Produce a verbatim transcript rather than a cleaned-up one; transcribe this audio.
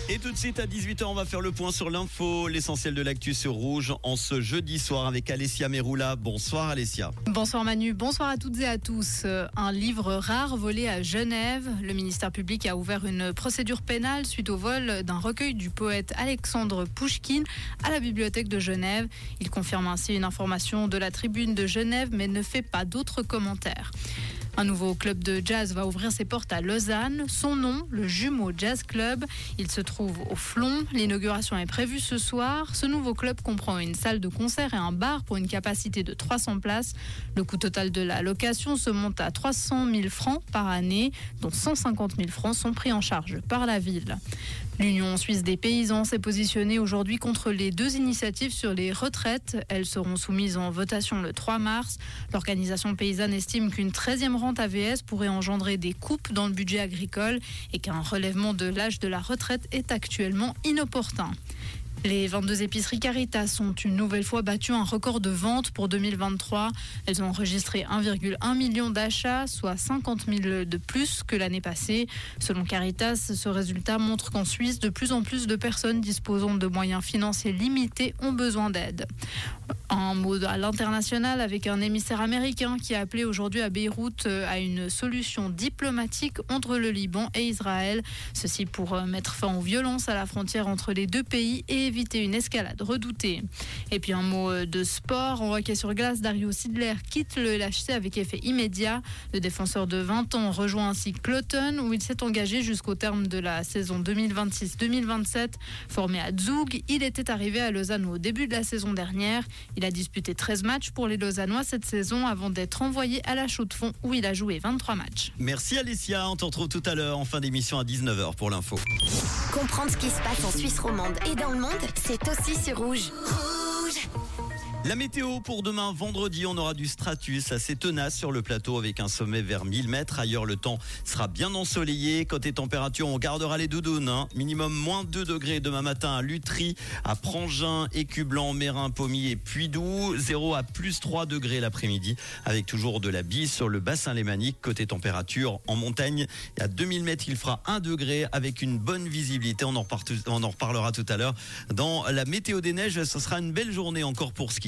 Et tout de suite à dix-huit heures, on va faire le point sur l'info, l'essentiel de l'actu sur Rouge en ce jeudi soir avec Alessia Meroula. Bonsoir Alessia. Bonsoir Manu, bonsoir à toutes et à tous. Un livre rare volé à Genève. Le ministère public a ouvert une procédure pénale suite au vol d'un recueil du poète Alexandre Pouchkine à la bibliothèque de Genève. Il confirme ainsi une information de la Tribune de Genève mais ne fait pas d'autres commentaires. Un nouveau club de jazz va ouvrir ses portes à Lausanne. Son nom, le Jumeau Jazz Club. Il se trouve au Flon. L'inauguration est prévue ce soir. Ce nouveau club comprend une salle de concert et un bar pour une capacité de trois cents places. Le coût total de la location se monte à trois cent mille francs par année, dont cent cinquante mille francs sont pris en charge par la ville. L'Union suisse des paysans s'est positionnée aujourd'hui contre les deux initiatives sur les retraites. Elles seront soumises en votation le trois mars. L'organisation paysanne estime qu'une treizième rente A V S pourrait engendrer des coupes dans le budget agricole et qu'un relèvement de l'âge de la retraite est actuellement inopportun. Les vingt-deux épiceries Caritas ont une nouvelle fois battu un record de vente pour deux mille vingt-trois. Elles ont enregistré un virgule un million d'achats, soit cinquante mille de plus que l'année passée. Selon Caritas, ce résultat montre qu'en Suisse, de plus en plus de personnes disposant de moyens financiers limités ont besoin d'aide. Un mot à l'international avec un émissaire américain qui a appelé aujourd'hui à Beyrouth à une solution diplomatique entre le Liban et Israël. Ceci pour mettre fin aux violences à la frontière entre les deux pays et éviter une escalade redoutée. Et puis un mot de sport. En hockey sur glace, Dario Sidler quitte le L H C avec effet immédiat. Le défenseur de vingt ans rejoint ainsi Cloton où il s'est engagé jusqu'au terme de la saison deux mille vingt-six deux mille vingt-sept. Formé à Zug, il était arrivé à Lausanne au début de la saison dernière. Il a disputé treize matchs pour les Lausannois cette saison avant d'être envoyé à la Chaux-de-Fonds où il a joué vingt-trois matchs. Merci Alessia, on te retrouve tout à l'heure en fin d'émission à dix-neuf heures pour l'info. Comprendre ce qui se passe en Suisse romande et dans le monde, c'est aussi sur Rouge. Rouge. La météo pour demain vendredi, on aura du stratus assez tenace sur le plateau avec un sommet vers mille mètres. Ailleurs, le temps sera bien ensoleillé. Côté température, on gardera les doudounes. Hein. Minimum moins deux degrés demain matin à Lutry, à Prangin, Écublanc, Mérin, Pommier et Puydou. zéro à plus trois degrés l'après-midi avec toujours de la bise sur le bassin lémanique. Côté température, en montagne, à deux mille mètres, il fera un degré avec une bonne visibilité. On en, repart- on en reparlera tout à l'heure. Dans la météo des neiges, ce sera une belle journée encore pour skier.